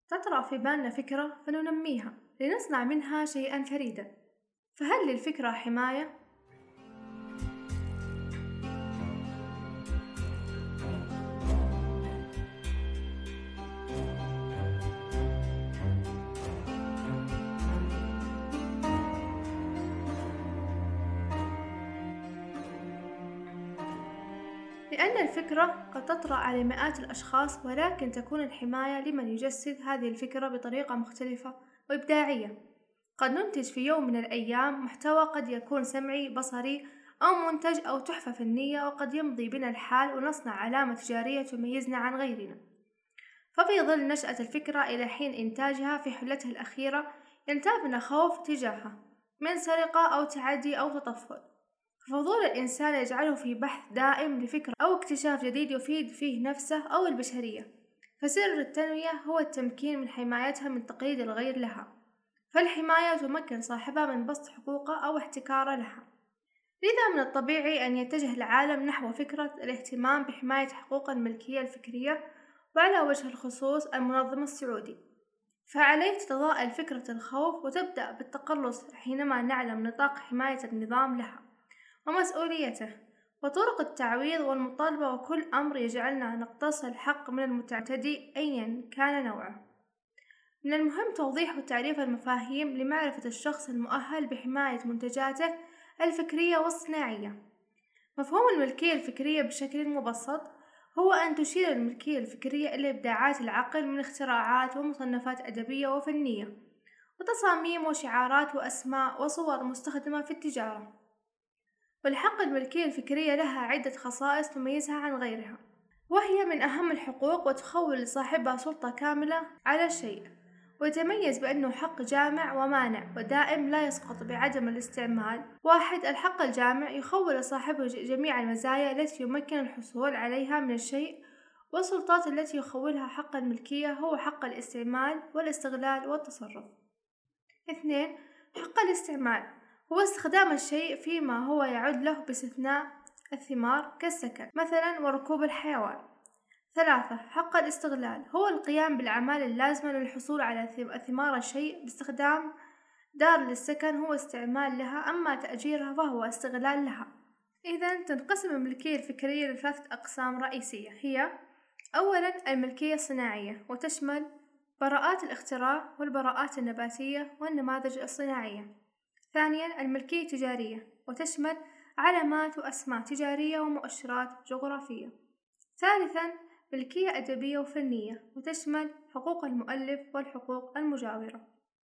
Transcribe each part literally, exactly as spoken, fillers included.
تطرأ في بالنا فكرة فننميها لنصنع منها شيئا فريدا، فهل للفكرة حماية؟ لأن الفكرة قد تطرأ على مئات الأشخاص، ولكن تكون الحماية لمن يجسد هذه الفكرة بطريقة مختلفة وإبداعية. قد ننتج في يوم من الأيام محتوى قد يكون سمعي، بصري، أو منتج أو تحفة فنية، وقد يمضي بنا الحال ونصنع علامة تجارية تميزنا عن غيرنا. ففي ظل نشأة الفكرة إلى حين إنتاجها في حلتها الأخيرة ينتابنا خوف تجاهها من سرقة أو تعدي أو تطفل. ففضول الإنسان يجعله في بحث دائم لفكرة أو اكتشاف جديد يفيد فيه نفسه أو البشرية. فسر التنمية هو التمكين من حمايتها من تقليد الغير لها، فالحماية تمكن صاحبها من بسط حقوقه أو احتكاره لها. لذا من الطبيعي أن يتجه العالم نحو فكرة الاهتمام بحماية حقوق الملكية الفكرية، وعلى وجه الخصوص المنظم السعودي. فعليه تتضاءل فكرة الخوف وتبدأ بالتقلص حينما نعلم نطاق حماية النظام لها ومسؤوليته وطرق التعويض والمطالبة، وكل أمر يجعلنا نقتص الحق من المتعتدي أيا كان نوعه. من المهم توضيح وتعريف المفاهيم لمعرفة الشخص المؤهل بحماية منتجاته الفكرية والصناعية. مفهوم الملكية الفكرية بشكل مبسط هو أن تشير الملكية الفكرية إلى إبداعات العقل من اختراعات ومصنفات أدبية وفنية وتصاميم وشعارات وأسماء وصور مستخدمة في التجارة. والحق الملكية الفكرية لها عدة خصائص تميزها عن غيرها، وهي من أهم الحقوق وتخول لصاحبها سلطة كاملة على الشيء، ويتميز بأنه حق جامع ومانع ودائم لا يسقط بعدم الاستعمال. واحد، الحق الجامع يخول لصاحبه جميع المزايا التي يمكن الحصول عليها من الشيء، والسلطات التي يخولها حق الملكية هو حق الاستعمال والاستغلال والتصرف. اثنين، حق الاستعمال هو استخدام الشيء فيما هو يعد له باستثناء الثمار كالسكن مثلا وركوب الحيوان. ثلاثة، حق الاستغلال هو القيام بالأعمال اللازمة للحصول على ثمار الشيء باستخدام دار للسكن هو استعمال لها، أما تأجيرها فهو استغلال لها. إذن تنقسم الملكية الفكرية لثلاثة أقسام رئيسية، هي أولا الملكية الصناعية، وتشمل براءات الاختراع والبراءات النباتية والنماذج الصناعية. ثانيا الملكية التجارية، وتشمل علامات وأسماء تجارية ومؤشرات جغرافية. ثالثا ملكية أدبية وفنية، وتشمل حقوق المؤلف والحقوق المجاورة.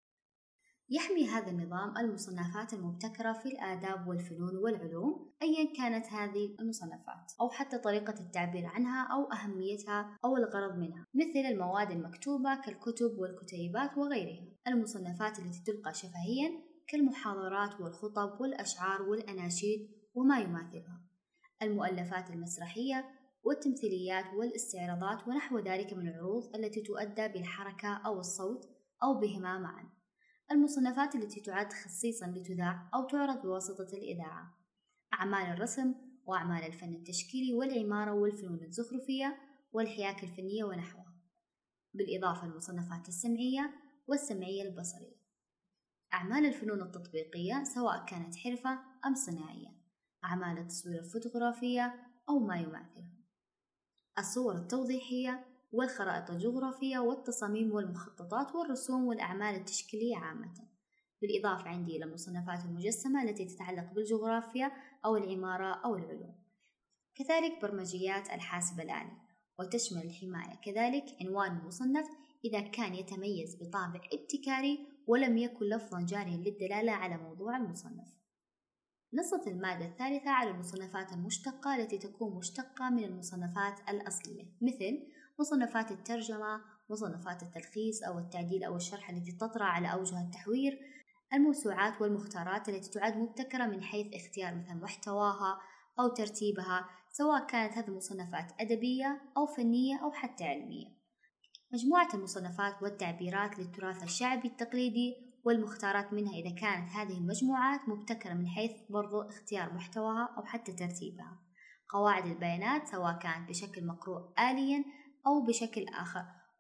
يحمي هذا النظام المصنفات المبتكرة في الآداب والفنون والعلوم أيا كانت هذه المصنفات أو حتى طريقة التعبير عنها أو أهميتها أو الغرض منها، مثل المواد المكتوبة كالكتب والكتيبات وغيرها. المصنفات التي تلقى شفهيا كالمحاضرات والخطب والأشعار والأناشيد وما يماثلها. المؤلفات المسرحية والتمثيليات والاستعراضات ونحو ذلك من العروض التي تؤدى بالحركة أو الصوت أو بهما معا. المصنفات التي تعد خصيصا لتذاع أو تعرض بواسطة الإذاعة. أعمال الرسم وأعمال الفن التشكيلي والعمارة والفنون الزخرفية والحياكة الفنية ونحوها، بالإضافة للمصنفات السمعية والسمعية البصرية. أعمال الفنون التطبيقية سواء كانت حرفة أم صناعية. أعمال التصوير الفوتوغرافية أو ما يماثلها. الصور التوضيحية والخرائط الجغرافية والتصاميم والمخططات والرسوم والأعمال التشكيلية عامة، بالإضافة عندي إلى المصنفات المجسمة التي تتعلق بالجغرافيا أو العمارة أو العلوم. كذلك برمجيات الحاسب الآلي، وتشمل الحماية كذلك عنوان المصنف إذا كان يتميز بطابع ابتكاري ولم يكن لفظا جاريا للدلالة على موضوع المصنف. نصت المادة الثالثة على المصنفات المشتقة التي تكون مشتقة من المصنفات الأصلية، مثل مصنفات الترجمة، مصنفات التلخيص أو التعديل أو الشرح التي تطرأ على أوجه التحوير، الموسوعات والمختارات التي تعد مبتكرة من حيث اختيار مثل محتواها أو ترتيبها، سواء كانت هذه المصنفات أدبية أو فنية أو حتى علمية. مجموعة المصنفات والتعبيرات للتراث الشعبي التقليدي والمختارات منها إذا كانت هذه المجموعات مبتكرة من حيث برضو اختيار محتواها أو حتى ترتيبها. قواعد البيانات سواء كانت بشكل مقروء آليا أو بشكل آخر،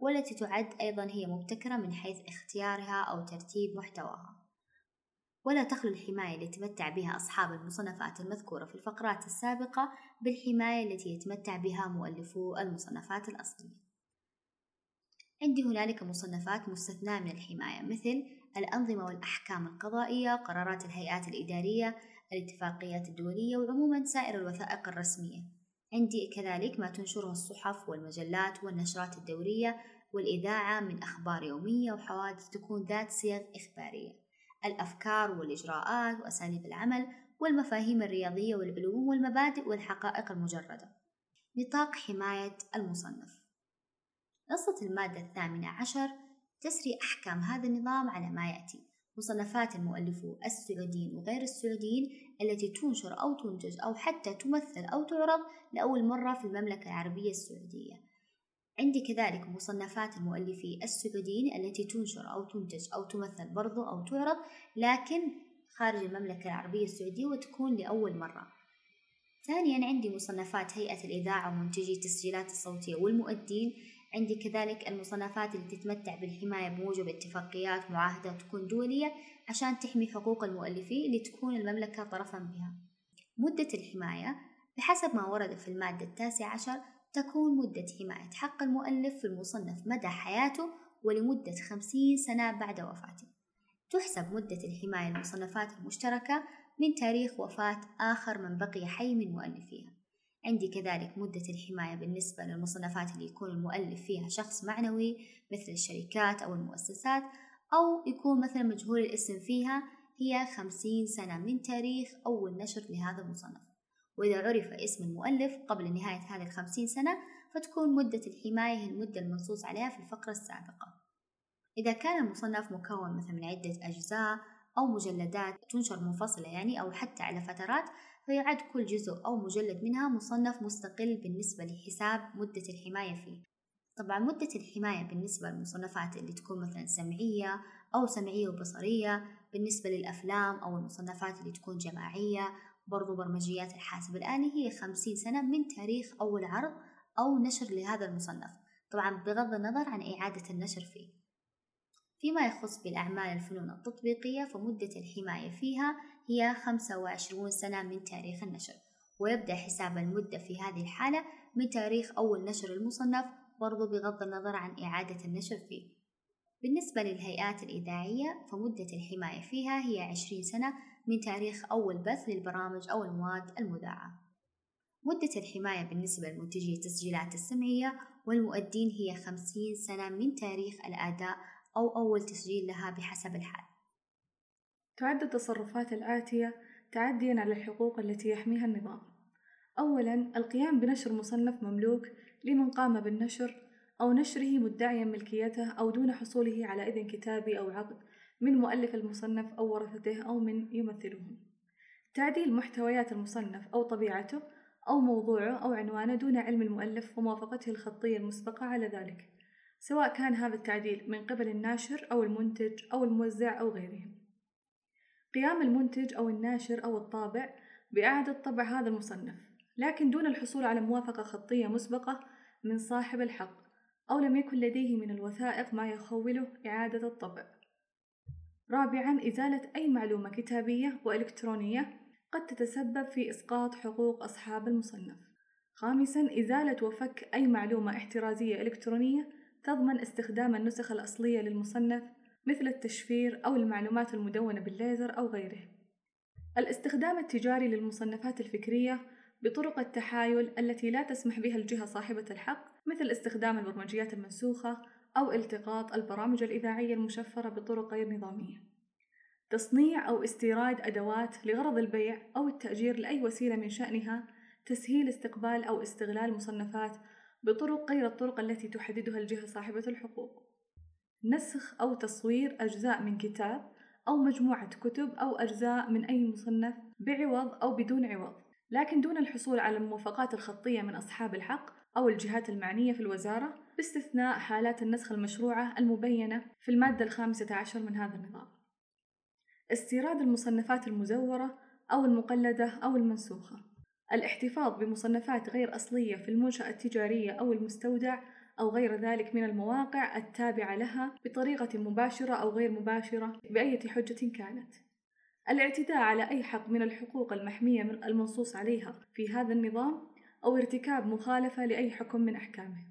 والتي تعد أيضا هي مبتكرة من حيث اختيارها أو ترتيب محتواها. ولا تخلو الحماية التي يتمتع بها أصحاب المصنفات المذكورة في الفقرات السابقة بالحماية التي يتمتع بها مؤلفو المصنفات الأصلية. عندي هنالك مصنفات مستثناة من الحماية مثل الأنظمة والأحكام القضائية، قرارات الهيئات الإدارية، الاتفاقيات الدولية، وعموما سائر الوثائق الرسمية. عندي كذلك ما تنشره الصحف والمجلات والنشرات الدورية والإذاعة من أخبار يومية وحوادث تكون ذات صيغ إخبارية، الأفكار والإجراءات وأساليب العمل والمفاهيم الرياضية والعلوم والمبادئ والحقائق المجردة. نطاق حماية المصنف. نصت المادة الثامنة عشر تسري أحكام هذا النظام على ما يأتي: مصنفات المؤلفو السعوديين وغير السعوديين التي تنشر أو تنتج أو حتى تمثل أو تعرض لأول مرة في المملكة العربية السعودية. عندي كذلك مصنفات المؤلفي السعوديين التي تنشر أو تنتج أو تمثل برضو أو تعرض لكن خارج المملكة العربية السعودية وتكون لأول مرة. ثانيا عندي مصنفات هيئة الإذاعة ومنتجي التسجيلات الصوتية والمؤدين. عندي كذلك المصنفات التي تتمتع بالحماية بموجب اتفاقيات معاهدة تكون دولية عشان تحمي حقوق المؤلفين اللي تكون المملكة طرفا بها. مدة الحماية بحسب ما ورد في المادة التاسعة عشر تكون مدة حماية حق المؤلف في المصنف مدى حياته ولمدة خمسين سنة بعد وفاته. تحسب مدة الحماية للمصنفات المشتركة من تاريخ وفاة آخر من بقي حي من مؤلفيها. عندي كذلك مدة الحماية بالنسبة للمصنفات اللي يكون المؤلف فيها شخص معنوي مثل الشركات أو المؤسسات، أو يكون مثلا مجهول الاسم فيها، هي خمسين سنة من تاريخ أول نشر لهذا المصنف. وإذا عرف اسم المؤلف قبل نهاية هذه الخمسين سنة فتكون مدة الحماية هي المدة المنصوص عليها في الفقرة السابقة. إذا كان المصنف مكون مثلا من عدة أجزاء أو مجلدات تنشر منفصلة يعني أو حتى على فترات، فيعد كل جزء أو مجلد منها مصنف مستقل بالنسبة لحساب مدة الحماية فيه. طبعا مدة الحماية بالنسبة للمصنفات اللي تكون مثلا سمعية أو سمعية وبصرية، بالنسبة للأفلام أو المصنفات اللي تكون جماعية برضو برمجيات الحاسب الآلي، هي خمسين سنة من تاريخ أول عرض أو نشر لهذا المصنف، طبعا بغض النظر عن إعادة النشر فيه. فيما يخص بالأعمال الفنون التطبيقية فمدة الحماية فيها هي خمسة وعشرين سنة من تاريخ النشر، ويبدأ حساب المدة في هذه الحالة من تاريخ أول نشر المصنف برضو بغض النظر عن إعادة النشر فيه. بالنسبة للهيئات الإذاعية فمدة الحماية فيها هي عشرين سنة من تاريخ أول بث للبرامج أو المواد المذاعة. مدة الحماية بالنسبة لمنتجي التسجيلات السمعية والمؤدين هي خمسين سنة من تاريخ الأداء أو أول تسجيل لها بحسب الحال. تعد التصرفات الآتية تعدياً على الحقوق التي يحميها النظام. أولاً، القيام بنشر مصنف مملوك لمن قام بالنشر أو نشره مدعياً ملكيته أو دون حصوله على إذن كتابي أو عقد من مؤلف المصنف أو ورثته أو من يمثلهم. تعديل محتويات المصنف أو طبيعته أو موضوعه أو عنوانه دون علم المؤلف وموافقته الخطية المسبقة على ذلك، سواء كان هذا التعديل من قبل الناشر أو المنتج أو الموزع أو غيرهم. قيام المنتج أو الناشر أو الطابع بإعادة طبع هذا المصنف لكن دون الحصول على موافقة خطية مسبقة من صاحب الحق، أو لم يكن لديه من الوثائق ما يخوله إعادة الطبع. رابعاً، إزالة أي معلومة كتابية وإلكترونية قد تتسبب في إسقاط حقوق أصحاب المصنف. خامساً، إزالة وفك أي معلومة احترازية إلكترونية تضمن استخدام النسخ الأصلية للمصنف مثل التشفير أو المعلومات المدونة بالليزر أو غيره. الاستخدام التجاري للمصنفات الفكرية بطرق التحايل التي لا تسمح بها الجهة صاحبة الحق، مثل استخدام البرمجيات المنسوخة أو التقاط البرامج الإذاعية المشفرة بطرق غير نظامية. تصنيع أو استيراد أدوات لغرض البيع أو التأجير لأي وسيلة من شأنها تسهيل استقبال أو استغلال مصنفات بطرق غير الطرق التي تحددها الجهة صاحبة الحقوق. نسخ أو تصوير أجزاء من كتاب أو مجموعة كتب أو أجزاء من أي مصنف بعوض أو بدون عوض، لكن دون الحصول على الموافقات الخطية من أصحاب الحق أو الجهات المعنية في الوزارة، باستثناء حالات النسخ المشروعة المبينة في المادة الخامسة عشر من هذا النظام. استيراد المصنفات المزورة أو المقلدة أو المنسوخة. الاحتفاظ بمصنفات غير أصلية في المنشأة التجارية أو المستودع أو غير ذلك من المواقع التابعة لها بطريقة مباشرة أو غير مباشرة بأي حجة كانت. الاعتداء على أي حق من الحقوق المحمية من المنصوص عليها في هذا النظام أو ارتكاب مخالفة لأي حكم من أحكامه.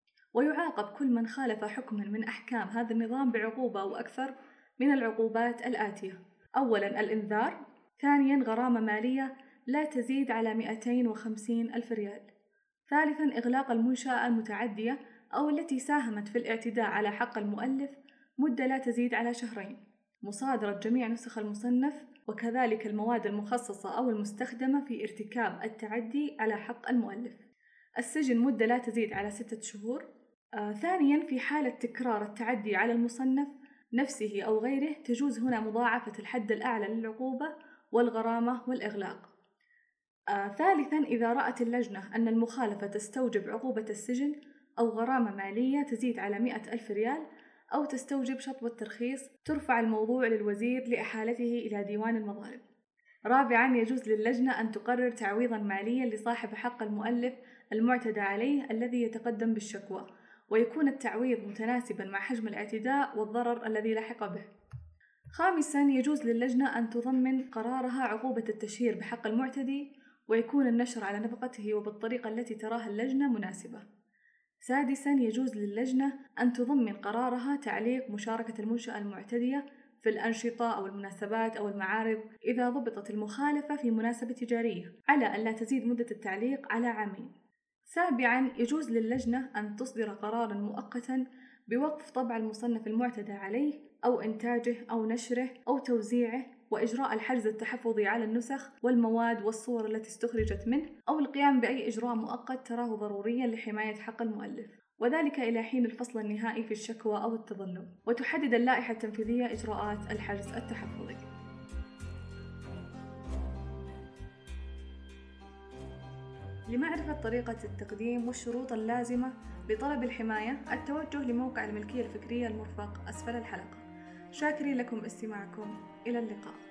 ويعاقب كل من خالف حكما من أحكام هذا النظام بعقوبة أو أكثر من العقوبات الآتية: أولا الإنذار، ثانيا غرامة مالية لا تزيد على مئتين وخمسين ألف ريال، ثالثا إغلاق المنشأة المتعدية أو التي ساهمت في الاعتداء على حق المؤلف مدة لا تزيد على شهرين، مصادرة جميع نسخ المصنف وكذلك المواد المخصصة أو المستخدمة في ارتكاب التعدي على حق المؤلف، السجن مدة لا تزيد على ستة شهور. آه، ثانياً في حالة تكرار التعدي على المصنف نفسه أو غيره تجوز هنا مضاعفة الحد الأعلى للعقوبة والغرامة والإغلاق. آه، ثالثاً إذا رأت اللجنة أن المخالفة تستوجب عقوبة السجن أو غرامة مالية تزيد على مئة ألف ريال أو تستوجب شطب الترخيص ترفع الموضوع للوزير لإحالته إلى ديوان المظالم. رابعاً يجوز للجنة أن تقرر تعويضاً مالياً لصاحب حق المؤلف المعتدى عليه الذي يتقدم بالشكوى، ويكون التعويض متناسباً مع حجم الاعتداء والضرر الذي لحق به. خامساً يجوز للجنة أن تضمن قرارها عقوبة التشهير بحق المعتدي، ويكون النشر على نفقته وبالطريقة التي تراها اللجنة مناسبة. سادساً يجوز للجنة أن تضمن قرارها تعليق مشاركة المنشأة المعتدية في الأنشطة أو المناسبات أو المعارض إذا ضبطت المخالفة في مناسبة تجارية على أن لا تزيد مدة التعليق على عامين. سابعاً يجوز للجنة أن تصدر قراراً مؤقتاً بوقف طبع المصنف المعتدى عليه أو إنتاجه أو نشره أو توزيعه، وإجراء الحجز التحفظي على النسخ والمواد والصور التي استخرجت منه، أو القيام بأي إجراء مؤقت تراه ضرورياً لحماية حق المؤلف، وذلك إلى حين الفصل النهائي في الشكوى أو التظلم. وتحدد اللائحة التنفيذية إجراءات الحجز التحفظي. لمعرفة طريقة التقديم والشروط اللازمة لطلب الحماية التوجه لموقع الملكية الفكرية المرفق أسفل الحلقة. شاكرين لكم استماعكم، إلى اللقاء.